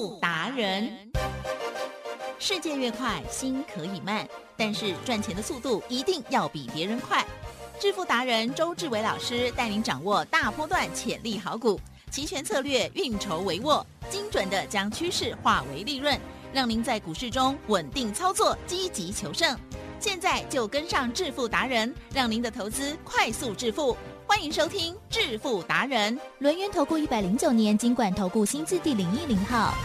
富达人。世界越快，心可以慢，但是赚钱的速度一定要比别人快。致富达人周志伟老师带您掌握大波段潜力好股，期权策略运筹帷幄，精准的将趋势化为利润，让您在股市中稳定操作，积极求胜。现在就跟上致富达人，让您的投资快速致富。欢迎收听致富达人。 轮源投顾109年金管投顾新字第010号。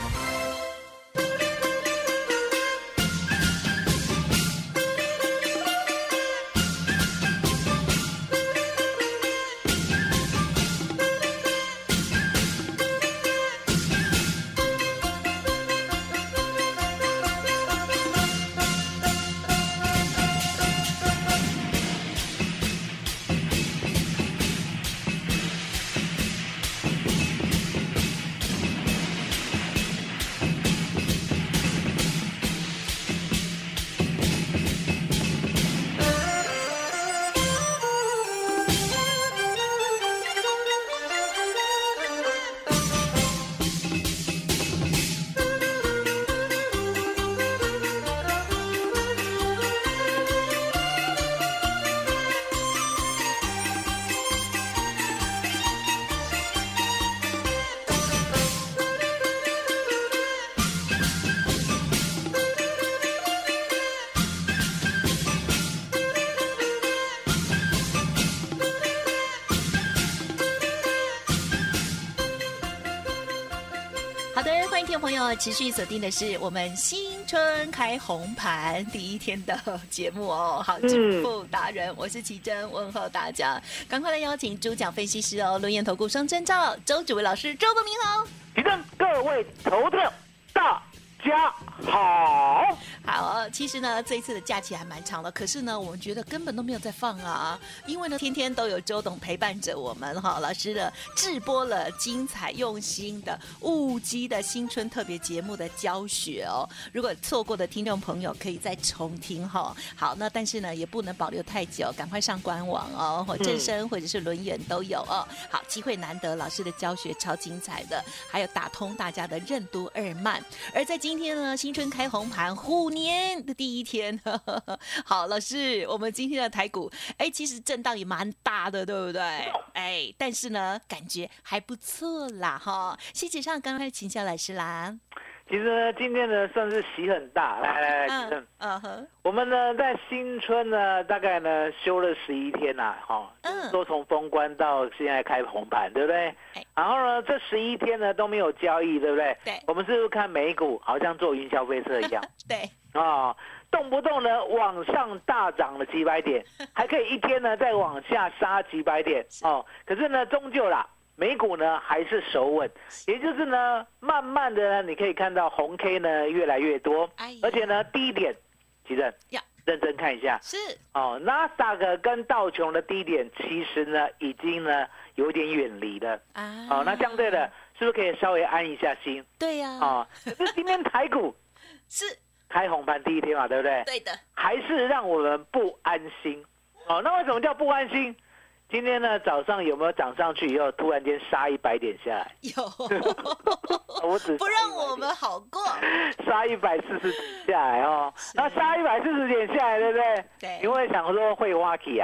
朋友持续锁定的是我们新春开红盘第一天的节目哦，好，致富达人，我是奇珍，问候大家，赶快来邀请主讲分析师哦，轮研投顾双证照周志伟老师，周董您好。 奇珍，各位投资大家好。 好，其实呢，这一次的假期还蛮长的，可是呢，我们觉得根本都没有在放啊，因为呢，天天都有周董陪伴着我们哈。老师的直播了精彩用心的物基的新春特别节目的教学哦，如果错过的听众朋友可以再重听哈。好，那但是呢，也不能保留太久，赶快上官网哦，正声或者是轮研都有哦。好，机会难得，老师的教学超精彩的，还有打通大家的任督二脉。而在今天呢，新春开红盘，虎年的第一天，好，老师，我们今天的台股，其实震荡也蛮大的，对不对？但是呢，感觉还不错啦，哈。细节上刚才请教老师啦。 其实呢，今天呢算是喜很大，来，我们呢在新春呢大概呢休了11天呐，都从封关到现在开红盘，对不对？然后呢，这11天呢都没有交易，对不对？ 对。 我们是不是看美股好像坐云霄飞车一样？ 对。 动不动呢往上大涨了几百点，还可以一天呢再往下杀几百点可是呢，终究啦。美股呢还是守稳，也就是呢，慢慢的呢，你可以看到红 K 呢越来越多，而且呢，低点，奇正，认真看一下， 是纳斯达克跟道琼的低点其实呢已经呢有点远离了那相对的，是不是可以稍微安一下心？ 对呀， 可是今天台股是开红盘第一天嘛，对不对？ 对的， 还是让我们不安心那为什么叫不安心？今天呢，早上有没有涨上去以后，突然间杀100点下来？ 有， 我只不让我们好过， 杀140点下来那杀140点下来，对不对？ 对， 你会想说会挖起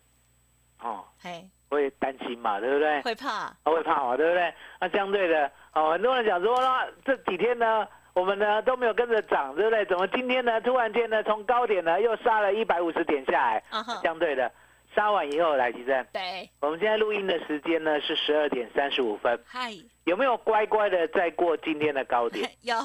会担心嘛，对不对？ 会怕嘛，对不对？那相对的很多人讲说，那这几天呢，我们呢都没有跟着涨，对不对？怎么今天呢，突然间呢，从高点呢又杀了150点下来？相对的。杀完以后来，奇珍， 对， 我们现在录音的时间呢是12点35分。 嗨， 有没有乖乖的再过今天的高点？ 有，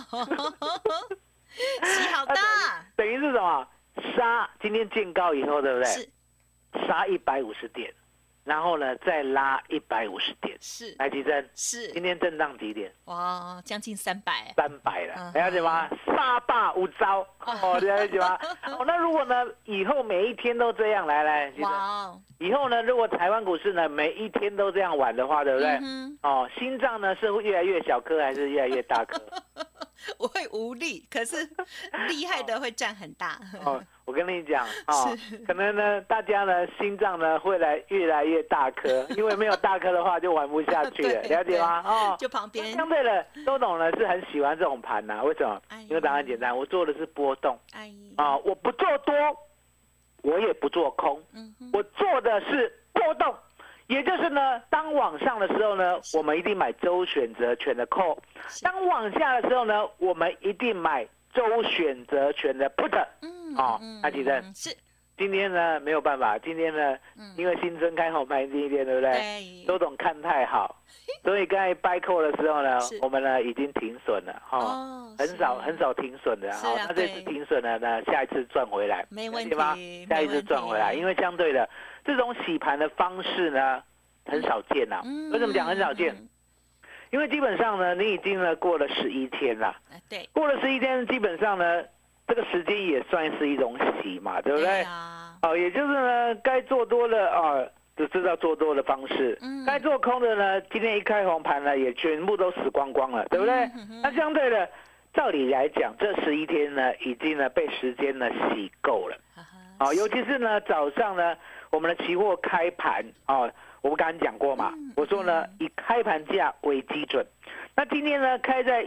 洗好大， 等于是什么？杀今天见高以后，对不对？ 是， 杀150点，然后呢再拉150点。 是， 来，奇珍， 是， 今天震荡几点？ 哇，将近300 了，了解吗？杀霸无招了解吗？那如果呢，以后每一天都这样来，哇，以后呢，如果台湾股市呢每一天都这样玩的话，对不对？心脏呢是会越来越小颗还是越来越大颗？ 我会无力，可是厉害的会占很大。 我跟你讲可能呢，大家呢心脏呢会越来越大颗，因为没有大颗的话就玩不下去了，了解吗？ 就旁边相对的，周董呢是很喜欢这种盘呐，为什么？因为答案简单，我做的是波动，我不做多，我也不做空，我做的是波动。也就是呢，当往上的时候呢，我们一定买周选择权的 call；当往下的时候呢，我们一定买周选择权的 put。那其实是今天呢没有办法，今天呢，因为新春开红盘第一天，对不对？周董看太好，所以刚才掰扣的时候呢，我们呢已经停损了很少停损的那这次停损了呢，下一次赚回来， 没问题吗？下一次赚回来，因为相对的这种洗盘的方式呢很少见呐。为什么讲很少见？因为基本上呢，你已经呢过了11天了， 对， 过了11天，基本上呢这个时间也算是一种洗嘛，对不对？也就是呢该做多的就知道做多的方式，该做空的呢，今天一开红盘呢，也全部都死光光了，对不对？那相对的，照理来讲，这11天呢，已经呢被时间呢洗够了，尤其是呢早上呢，我们的期货开盘我们刚刚讲过嘛，我说呢以开盘价为基准，那今天呢开在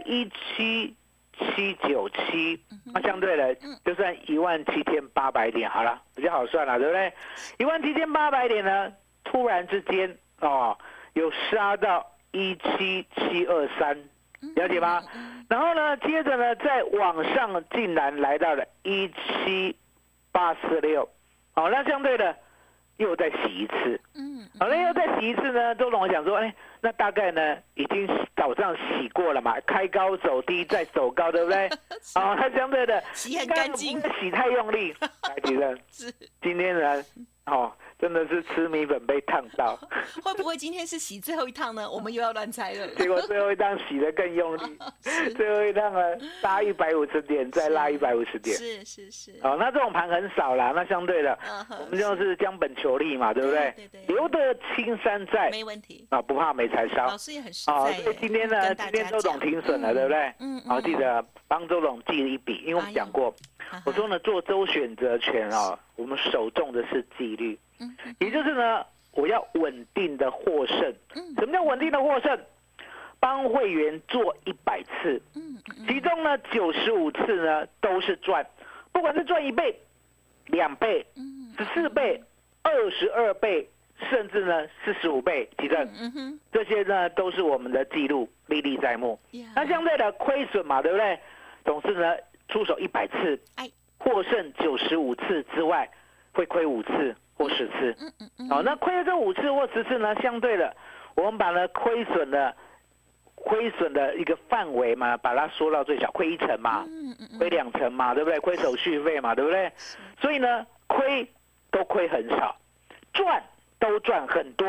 17797，那相对的就算17800点好了，比较好算了，对不对？17800点呢，突然之间有杀到17723，了解吗？然后呢，接着呢，再往上竟然来到了17846，那相对的又再洗一次，那又再洗一次呢，周董我想说，那大概呢已经早上洗过了嘛，开高走低再走高，对不对？它相对的洗很干净， 洗太用力，来提升。今天呢，真的是吃米粉被烫到。 会不会今天是洗最后一趟呢？我们又要乱猜了。 结果最后一趟洗得更用力，最后一趟呢拉150点，再拉150点。 是。 那这种盘很少啦，那相对的，我们就是将本求利嘛，对不对？ 对。 留得青山在， 没问题。 不怕没柴烧。 老师也很实在。 所以今天呢，今天周董停损了，对不对？记得帮周董记了一笔，因为我们讲过，我说呢做周选择权我们首重的是纪律。也就是呢，我要稳定的获胜。什么叫稳定的获胜？帮会员做100次，其中呢95次呢都是赚，不管是赚1倍、2倍、14倍、22倍，甚至呢45倍，其实这些呢都是我们的记录，历历在目。那相对的亏损嘛，对不对？总是呢出手100次，获胜95次之外，会亏5次。或10次，那亏了这5次或10次呢？相对的，我们把呢亏损的一个范围嘛，把它缩到最小，亏1成嘛，亏2成嘛，对不对？亏手续费嘛，对不对？所以呢，亏都亏很少，赚都赚很多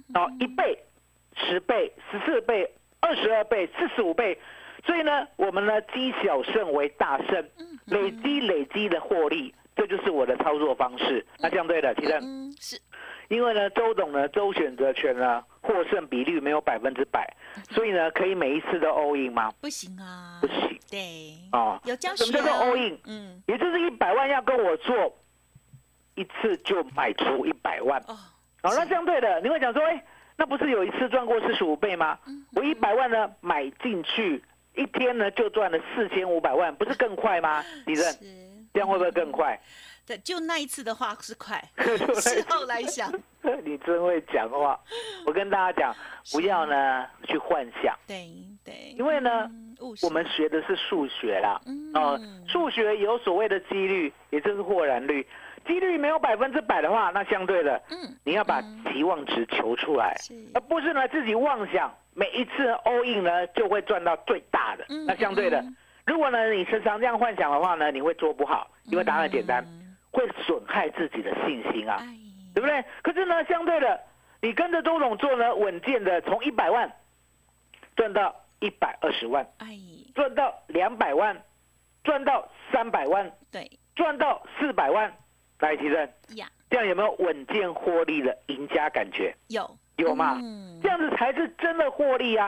，1倍、10倍、14倍、22倍、45倍。所以呢，我们呢积小胜为大胜，累积的获利。这就是我的操作方式。那相对的，其实是因为呢，周董呢，周选择权呢，获胜比率没有100%，所以呢，可以每一次都 all in 吗？ 不行啊， 不行。 对， 有教学。 什么叫做 all in？也就是100万要跟我做一次就买出100万。那相对的，你会讲说，那不是有一次赚过45倍吗？我100万呢买进去，一天呢就赚了4500万，不是更快吗？李正。这样会不会更快？ 对，就那一次的话是快，事后来想， 你真会讲话。我跟大家讲，不要呢去幻想。 对， 因为呢，我们学的是数学啦。数学有所谓的几率，也就是获然率。几率没有100%的话，那相对的，你要把期望值求出来，而不是呢自己妄想每一次 all in 呢就会赚到最大的。那相对的。如果呢，你时常这样幻想的话呢，你会做不好，因为答案简单，会损害自己的信心啊，对不对？可是呢，相对的，你跟着周董做呢，稳健的从100万赚到120万，赚到200万，赚到300万， 对， 赚到400万，来提升，这样有没有稳健获利的赢家感觉？ 有嘛？这样子才是真的获利啊！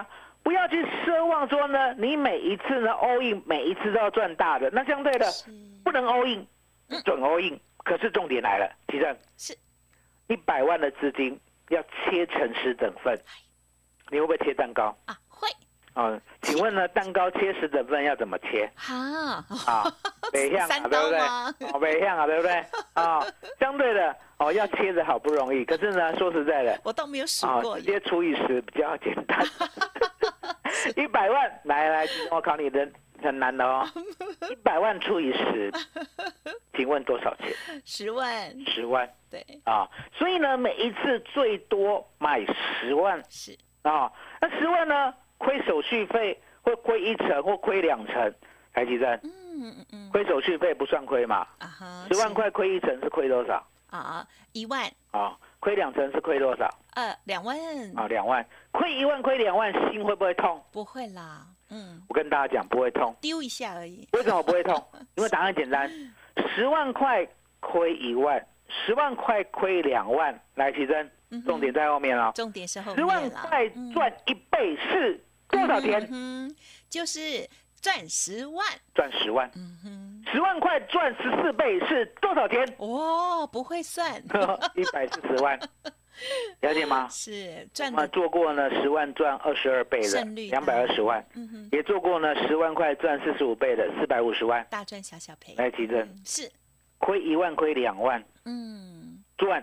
不要去奢望说呢，你每一次呢 all in， 每一次都要赚大的。那相对的，不能 all in， 准 all in。可是重点来了，其正是 100万的资金要切成10等份，你会不会切蛋糕啊？会。 请问呢，蛋糕切10等份要怎么切？北向啊，对不对？北向啊，对不对？相对的要切的好不容易，可是呢，说实在的， 我倒没有数过， 直接除以10比较简单。100万，来，我考你的很难的哦。100万除以10，请问多少钱 ？10万。 10万。 对。 所以呢，每一次最多买10万。 是。 那10万呢？亏手续费会亏1成或亏2成，台积电。亏手续费不算亏嘛？10万块亏1成是亏多少 ？1万。 亏2成是亏多少 ？2万。 2万。亏1万亏2万，心会不会痛？ 不会啦。 我跟大家讲，不会痛， 丢一下而已。 为什么不会痛？因为答案简单，10万块亏1万，10万块亏2万。来，奇珍，重点在后面了。 重点是后面 10万块赚1倍是多少钱？ 就是赚10万。 赚10万。10万块赚14倍是多少钱？ 不会算。 140万。了解吗？ 是赚的。做过呢10万赚22倍的220万，也做过呢10万块赚45倍的450万， 大赚小小赔。 来，奇珍， 是亏1万亏2万，赚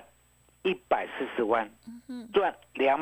140万，赚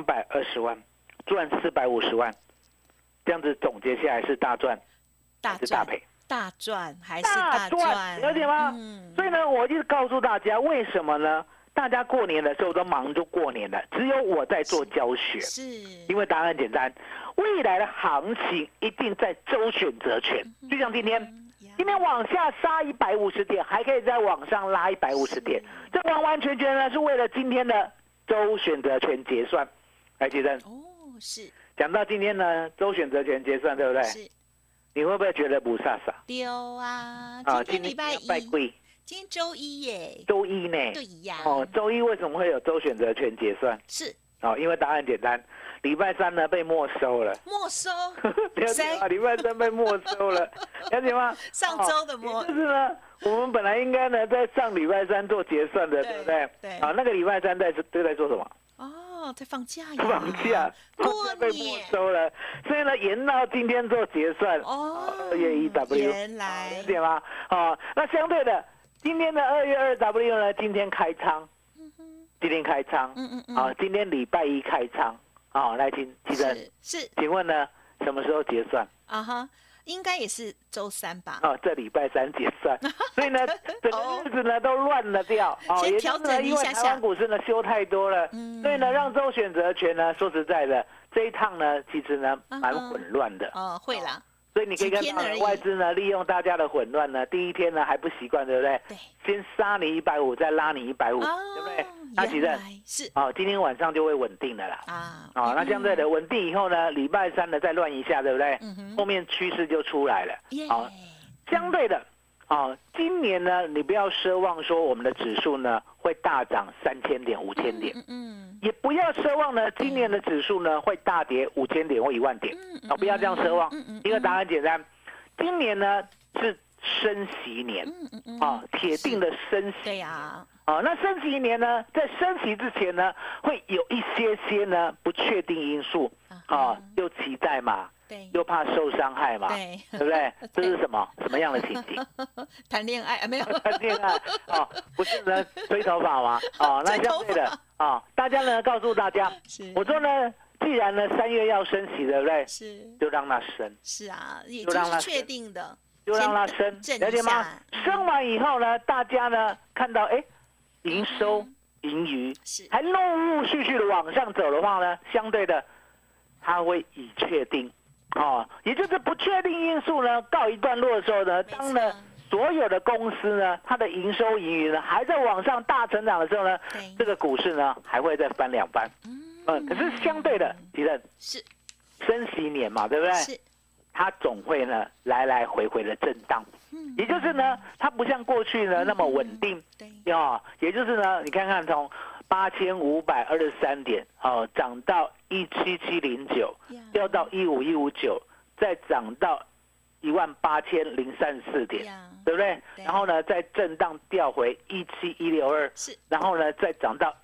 220万，赚450万，这样子总结下来是大赚，还是大赔？ 大赚还是大赚？ 了解吗？所以呢，我就告诉大家为什么呢？大家过年的时候都忙着过年了，只有我在做教学， 是因为答案简单，未来的行情一定在周选择权，就像今天往下杀150点，还可以再往上拉150点，这完完全全呢是为了今天的周选择权结算。来，杰森， 是讲到今天呢周选择权结算，对不对？ 是， 你会不会觉得不飒飒？ 丢啊！ 今天礼拜 1， 今天周一耶， 周一呢？ 对呀。 周一为什么会有周选择权结算？ 是因为答案简单，礼拜3呢被没收了。 没收？ 了解吗？礼拜3被没收了，了解吗？ 上周的没。 就是呢，我们本来应该呢在上礼拜3做结算的，对不对？ 对。 那个礼拜3在做什么？ 在放假呀。 放假， 过被没收了，所以呢延到今天做结算。2月1W。 原来。 了解吗？那相对的。今天的2月2W 呢？今天开仓，今天开仓，今天礼拜1开仓，来，奇珍， 是， 请问呢，什么时候结算？ 应该也是周3吧？ 这礼拜3结算，所以呢，整个日子呢都乱了掉， 先调整一下下， 因为台湾股市呢修太多了，所以呢，让周选择权呢，说实在的，这一趟呢，其实呢蛮混乱的。 会啦。 所以你可以看到外资呢，利用大家的混乱呢，第一天呢还不习惯，对不对？ 对。 先杀你150，再拉你150，对不对？那其实是今天晚上就会稳定的啦。那相对的稳定以后呢，礼拜3呢再乱一下，对不对？后面趋势就出来了。相对的，今年呢，你不要奢望说我们的指数呢会大涨3000点、5000点，也不要奢望呢今年的指数呢会大跌5000点或10000点，不要这样奢望，因为答案简单，今年呢是升息年，铁定的升息。 对呀。 那升息年呢，在升息之前呢，会有一些呢不确定因素，又期待嘛。又怕受伤害嘛，对不对？这是什么样的情景？ 谈恋爱没有？ 谈恋爱不是呢，吹头发吗？那相对的大家呢告诉大家，我说呢，既然呢3月要升息，对不对？ 是， 就让它升。 是啊，也就是确定的， 就让它升，了解吗？升完以后呢，大家呢看到营收、盈余还陆陆续续的往上走的话呢，相对的，它会已确定。也就是不确定因素呢告一段落的时候呢，当呢所有的公司呢它的营收盈余呢还在往上大成长的时候呢，这个股市呢还会再翻2番。可是相对的，其实是升息年嘛，对不对？是，它总会呢来来回回的震荡。也就是呢，它不像过去呢那么稳定。也就是呢，你看看从 8523点，涨到17709，掉到15159，再涨到18034点，对不对？然后呢，再震荡调回17162，然后呢，再涨到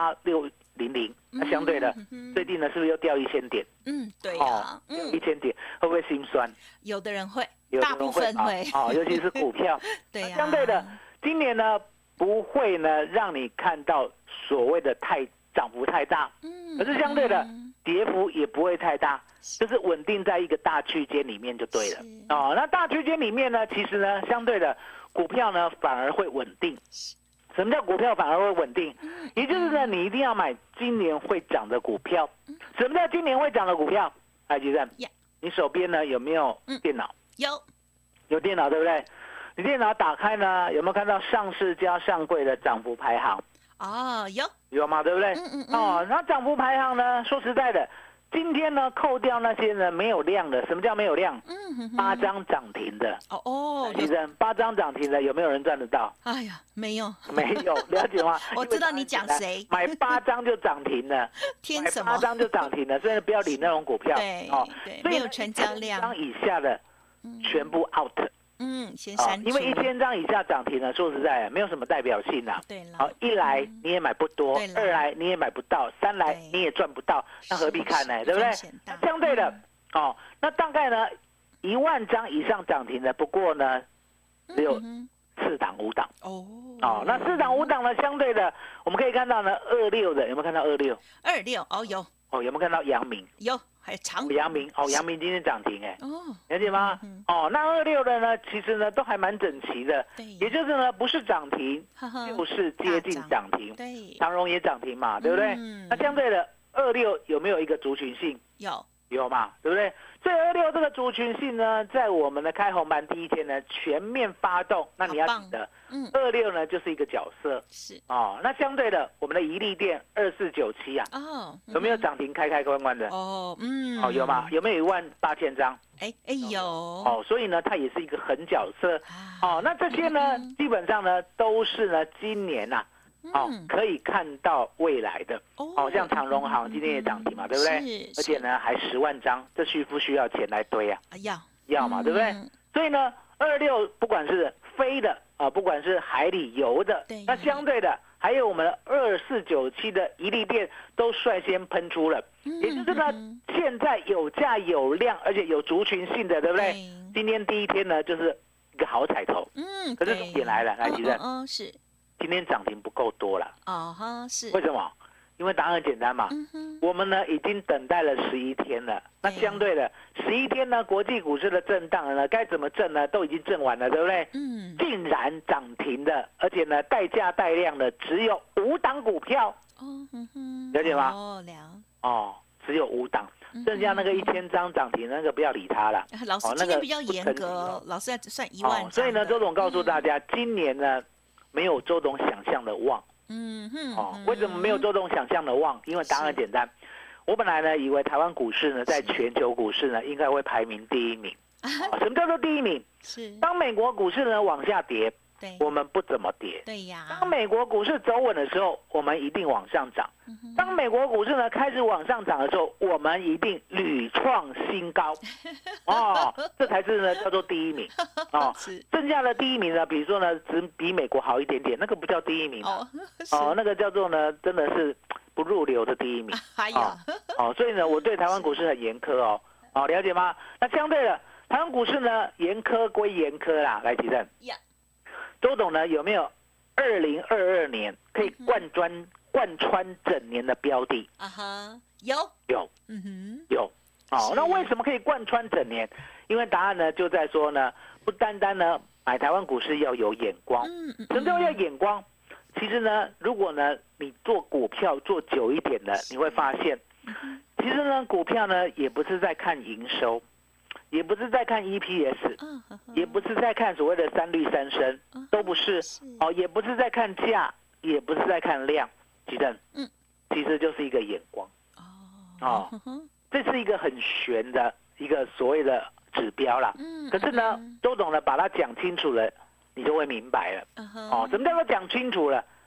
18600。那相对的，最近呢是不是又掉1000点？ 对呀 ，1000点会不会心酸？ 有的人会， 有的人大部分会， 尤其是股票。 对呀， 相对的，今年呢不会呢让你看到所谓的涨幅太大，可是相对的跌幅也不会太大，就是稳定在一个大区间里面就对了。那大区间里面呢，其实呢相对的股票呢反而会稳定。什么叫股票反而会稳定？也就是呢，你一定要买今年会涨的股票。什么叫今年会涨的股票？来，吉正，你手边呢有没有电脑？有电脑，对不对？你电脑打开呢，有没有看到上市加上柜的涨幅排行？有嘛，对不对？那涨幅排行呢？说实在的，今天呢扣掉那些呢没有量的，什么叫没有量？8张涨停的。其实8张涨停的有没有人赚得到？ 哎呀，没有， 了解吗？ 我知道你讲谁， 买8张就涨停了， 天什么 ？8张就涨停了，所以不要理那种股票。 对，没有成交量。 1000张以下的全部 out。 先删除。 因为1000张以下涨停呢，说实在没有什么代表性啊。 对了， 一来你也买不多，二来你也买不到，三来你也赚不到，那何必看呢？对不对？相对的，那大概呢1万张以上涨停的，不过呢只有4档5档。那4档5档呢，相对的我们可以看到呢26的，有没有看到26？ 有。 有没有看到阳明？ 有，还有长阳明阳明今天涨停了解吗？那26的呢，其实呢都还蛮整齐的，也就是呢不是涨停，就是接近涨停。长荣也涨停嘛，对不对？那相对的26有没有一个族群性？有嘛，对不对？所以26这个族群性呢，在我们的开红盘第一天呢全面发动。那你要记得，26呢就是一个角色。那相对的，我们的怡利电2497啊，有没有涨停开关关的？有嘛？有没有18000张？ 有。 所以呢，它也是一个狠角色。那这些呢，基本上呢都是呢今年呐。可以看到未来的像长荣行今天也涨停嘛，对不对？而且呢还10万张，这需不需要钱来堆啊？要嘛，对不对？所以呢，26不管是飞的不管是海里游的，那相对的还有我们2497的怡利电都率先喷出了，也就是呢现在有价有量，而且有族群性的，对不对？今天第一天呢就是一个好彩头，可是重点来了，来吉正， 是。 今天涨停不够多了是为什么？因为答案很简单嘛，我们呢已经等待了11天了，那相对的11天呢，国际股市的震荡呢，该怎么震呢，都已经震完了，对不对？竟然涨停的，而且呢带价带量的只有5档股票，了解吗？只有5档，剩下那个1000张涨停那个不要理它了。 老师今天比较严格，老师要算1万张。 所以呢，周总告诉大家，今年呢。没有周董想象的旺，为什么没有周董想象的旺？因为答案很简单，我本来呢以为台湾股市呢在全球股市呢应该会排名第1名，什么叫做第1名？当美国股市呢往下跌，我们不怎么跌。当美国股市走稳的时候，我们一定往上涨。当美国股市呢开始往上涨的时候，我们一定屡创新高。这才是呢叫做第1名。剩下的第1名呢，比如说呢只比美国好一点点，那个不叫第1名。那个叫做呢真的是不入流的第1名。所以呢我对台湾股市很严苛了解吗？那相对的台湾股市呢严苛归严苛啦，来提正。周董呢有没有2022年可以贯穿整年的标的？ 有。 有。那为什么可以贯穿整年？因为答案呢就在说呢，不单单呢买台湾股市要有眼光，什么叫要眼光？其实呢，如果呢你做股票做久一点的，你会发现，其实呢股票呢也不是在看营收。也不是在看 EPS，也不是在看所谓的3率3升，都不是。也不是在看价，也不是在看量，吉正，其实就是一个眼光。这是一个很玄的一个所谓的指标啦。可是呢，周董呢把它讲清楚了，你就会明白了。什么叫做讲清楚了？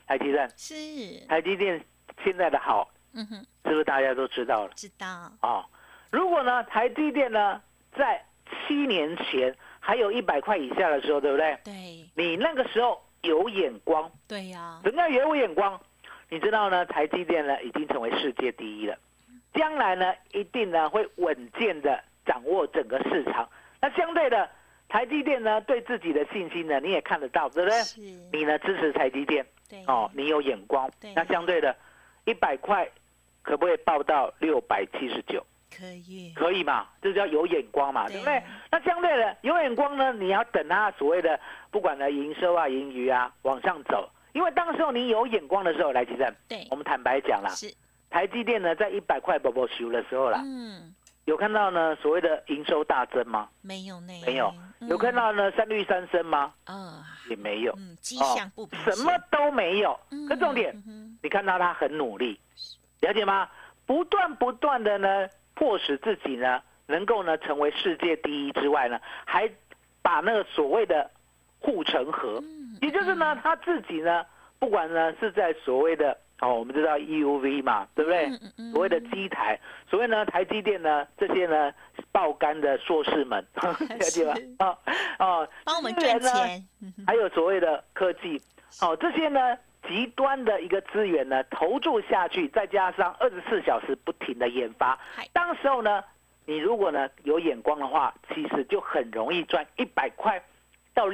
台积电， 是， 台积电现在的好， 嗯哼， 是不是大家都知道了？ 知道， 哦，如果呢，台积电呢，在7年前还有100块以下的时候，对不对？ 对， 你那个时候有眼光， 对呀， 什么叫有眼光？你知道呢，台积电呢已经成为世界第一了，将来呢一定呢会稳健的掌握整个市场。那相对的，台积电呢对自己的信心呢你也看得到，对不对？ 是， 你呢支持台积电， 对， 哦，你有眼光对。 那相对的，100块可不可以报到679？ 可以， 可以嘛？这叫有眼光嘛，对不对？那相对的有眼光呢，你要等它所谓的不管呢营收啊、盈余啊往上走，因为当时候你有眼光的时候，来积电， 对， 我们坦白讲啦， 是， 台积电呢在100块波波修的时候啦， 嗯， 有看到呢所谓的营收大增吗？ 没有呢， 没有。有看到呢3率3升吗？也没有。 迹象不明显， 什么都没有。可重点，你看到他很努力，了解吗？不断的呢，迫使自己呢，能够呢成为世界第一之外呢，还把那个所谓的护城河，也就是呢他自己呢，不管呢是在所谓的我们知道 EUV 嘛，对不对？所谓的机台，所谓呢台积电呢这些呢爆肝的硕士们，了解吗？ 帮我们赚钱， 还有所谓的科技，这些呢。极端的一个资源呢，投注下去，再加上24小时不停的研发，当时候呢，你如果呢有眼光的话，其实就很容易赚100块到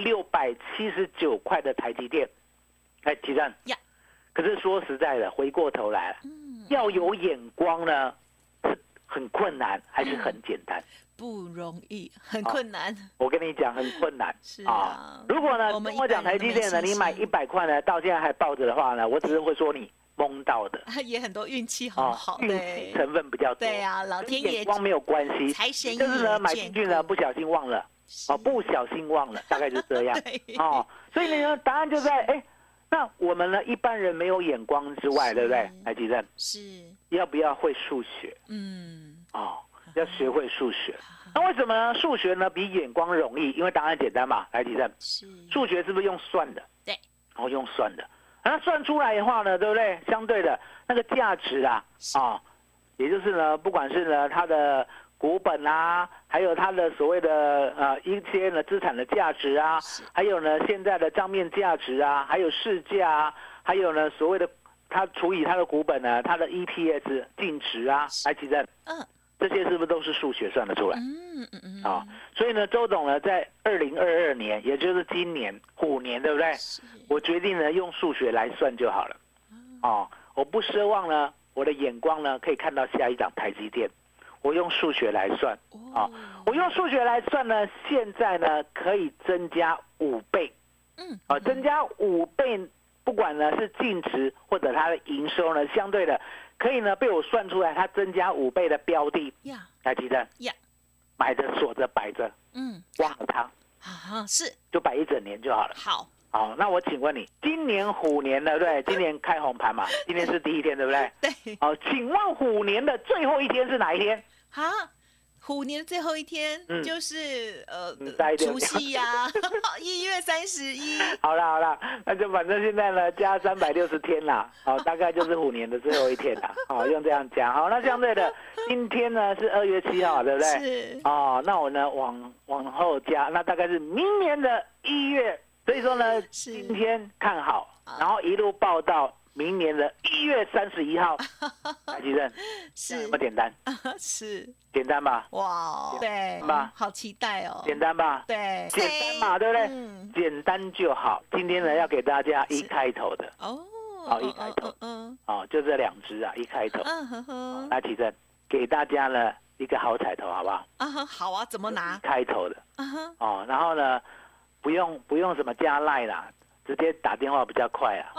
679块的台积电。哎，提正，可是说实在的，回过头来了，要有眼光呢，是很困难还是很简单？ 不容易，很困难。 我跟你讲，很困难。 是啊， 如果呢，跟我讲台积电呢，你买100块呢，到现在还抱着的话呢，我只是会说你蒙到的。 也很多运气很好， 运气成分比较多。 对啊，老天爷眼光没有关系， 财神爷就是呢买进去呢不小心忘了，不小心忘了，大概就这样。所以呢，答案就在那我们呢一般人没有眼光之外，对不对？台积电是要不要会数学？要学会数学。那为什么呢？数学呢比眼光容易？因为答案简单嘛，来，提正。数学是不是用算的？ 对， 用算的。那算出来的话呢，对不对？相对的那个价值啊，也就是呢，不管是呢它的股本啊，还有它的所谓的一些呢资产的价值啊，还有呢现在的账面价值啊，还有市价啊，还有呢所谓的它除以它的股本呢，它的 EPS 净值啊，来，提正。这些是不是都是数学算得出来？所以呢，周董呢，在2022年，也就是今年虎年，对不对？我决定呢，用数学来算就好了。我不奢望呢，我的眼光呢，可以看到下一档台积电。我用数学来算。我用数学来算呢，现在呢，可以增加5倍。增加5倍，不管呢是净值或者它的营收呢，相对的。可以呢，被我算出来，它增加5倍的标的，台积电，买着锁着摆着，忘了它， 是， 就摆一整年就好了。 好， 那我请问你，今年虎年对不对？今年开红盘嘛，今天是第一天，对不对？ 对。 请问虎年的最后一天是哪一天？ 虎年的最后一天就是除夕呀，1月31。 好了，那就反正现在呢加360天啦，大概就是虎年的最后一天啦，用这样讲。那相对的，今天呢是2月7号，对不对？ 是。 那我呢往后加，那大概是明年的1月，所以说呢今天看好，然后一路报到明年的1月31号，台积电是那么简单， 是简单吧？ 哇，对吧？好期待哦！ 简单吧？ 对， 简单嘛，对不对？简单就好。今天呢，要给大家1开头的1开头，就这2只啊，1开头。来，提正，给大家呢一个好彩头，好不好？ 好啊，怎么拿？ 开头的，然后呢，不用什么加赖啦。直接打电话比较快啊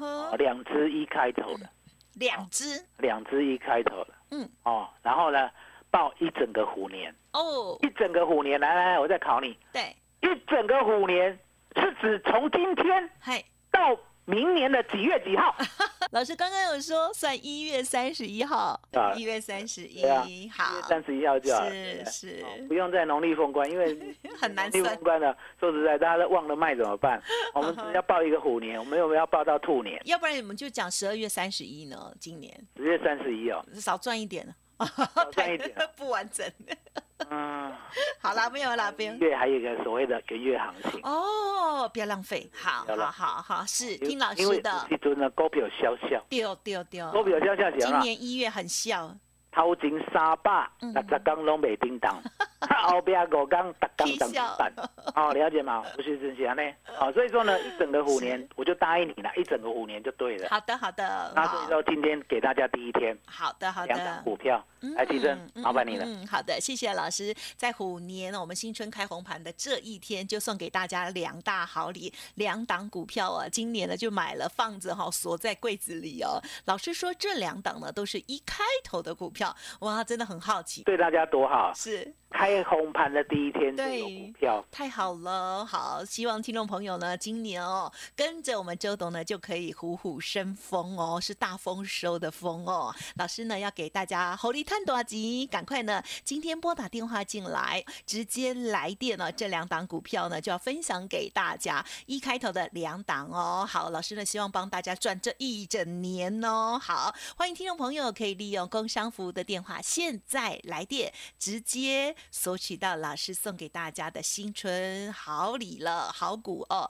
！2只1开头的，2只1开头的，然后呢，报一整个虎年一整个虎年，来，我再考你， 对， 一整个虎年是指从今天到明年的几月几号？ 老师刚刚有说算1月31号，1月31，好 ，1月31号就好了， 是， 不用在农历封关，因为很难算。 农历封关了，说实在，大家都忘了卖怎么办？我们只要报一个虎年，我们有没有要报到兔年？ 要不然我们就讲12月31呢？今年 10月31哦， 少赚一点， 少赚一点， 不完整。 好啦，没有啦，不用。 月还有一个所谓的元月行情哦，不要浪费。好，是听老师的。 因为这呢股票小， 对， 股票小是今年1月很笑。 头前360天拢袂叮当，后边5天逐天涨100。哦，了解吗？不是真是安尼。哦，所以说呢，一整个虎年我就答应你了，一整个虎年就对了。 好的。 那所以说今天给大家第一天。 好的。 2档股票来提升，麻烦你了。 好的，谢谢老师。在虎年我们新春开红盘的这一天，就送给大家2大好礼，2档股票啊，今年呢就买了放着锁在柜子里哦。老师说这2档呢都是1开头的股票。哇，真的很好奇， 对大家多好， 是开红盘的第一天就有股票， 太好了。好，希望听众朋友呢，今年跟着我们周董呢，就可以虎虎生风哦，是大丰收的丰哦。老师呢要给大家猴力探多吉，赶快呢今天拨打电话进来，直接来电哦。这2档股票呢就要分享给大家，1开头的2档哦。好，老师呢希望帮大家赚这一整年哦。好，欢迎听众朋友可以利用工商服务的电话，现在来电直接索取到老师送给大家的新春好礼了，好股哦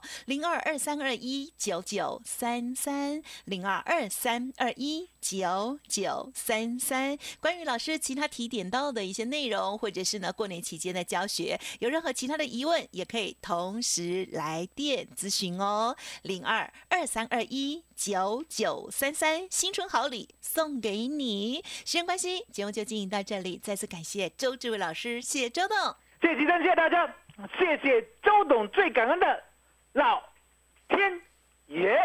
，0223219933，0223219933。关于老师其他提点到的一些内容，或者是呢过年期间的教学，有任何其他的疑问，也可以同时来电咨询哦，0223219933，新春好礼送给你。时间关系，节目就进行到这里，再次感谢周志伟老师，谢谢周董， 谢谢吉珍，谢谢大家，谢谢周董，最感恩的老天爷。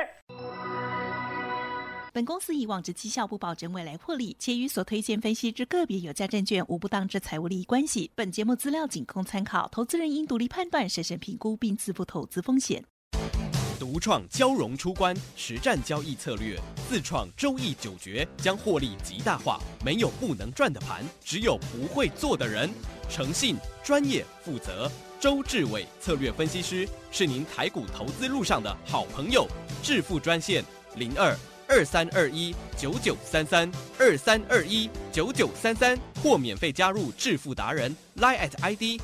本公司以往之绩效不保证未来获利，且与所推荐分析之个别有价证券无不当之财务利益关系。本节目资料仅供参考，投资人应独立判断、审慎评估并自负投资风险。 独创交融出关实战交易策略，自创周易9诀，将获利极大化。没有不能赚的盘，只有不会做的人。诚信、专业、负责，周志伟策略分析师是您台股投资路上的好朋友。致富专线02-2321-9933，2321-9933，或免费加入致富达人 Line ID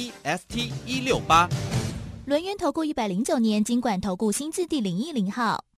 小老鼠BEST168。 轮源投顾109年金管投顾新字第010号。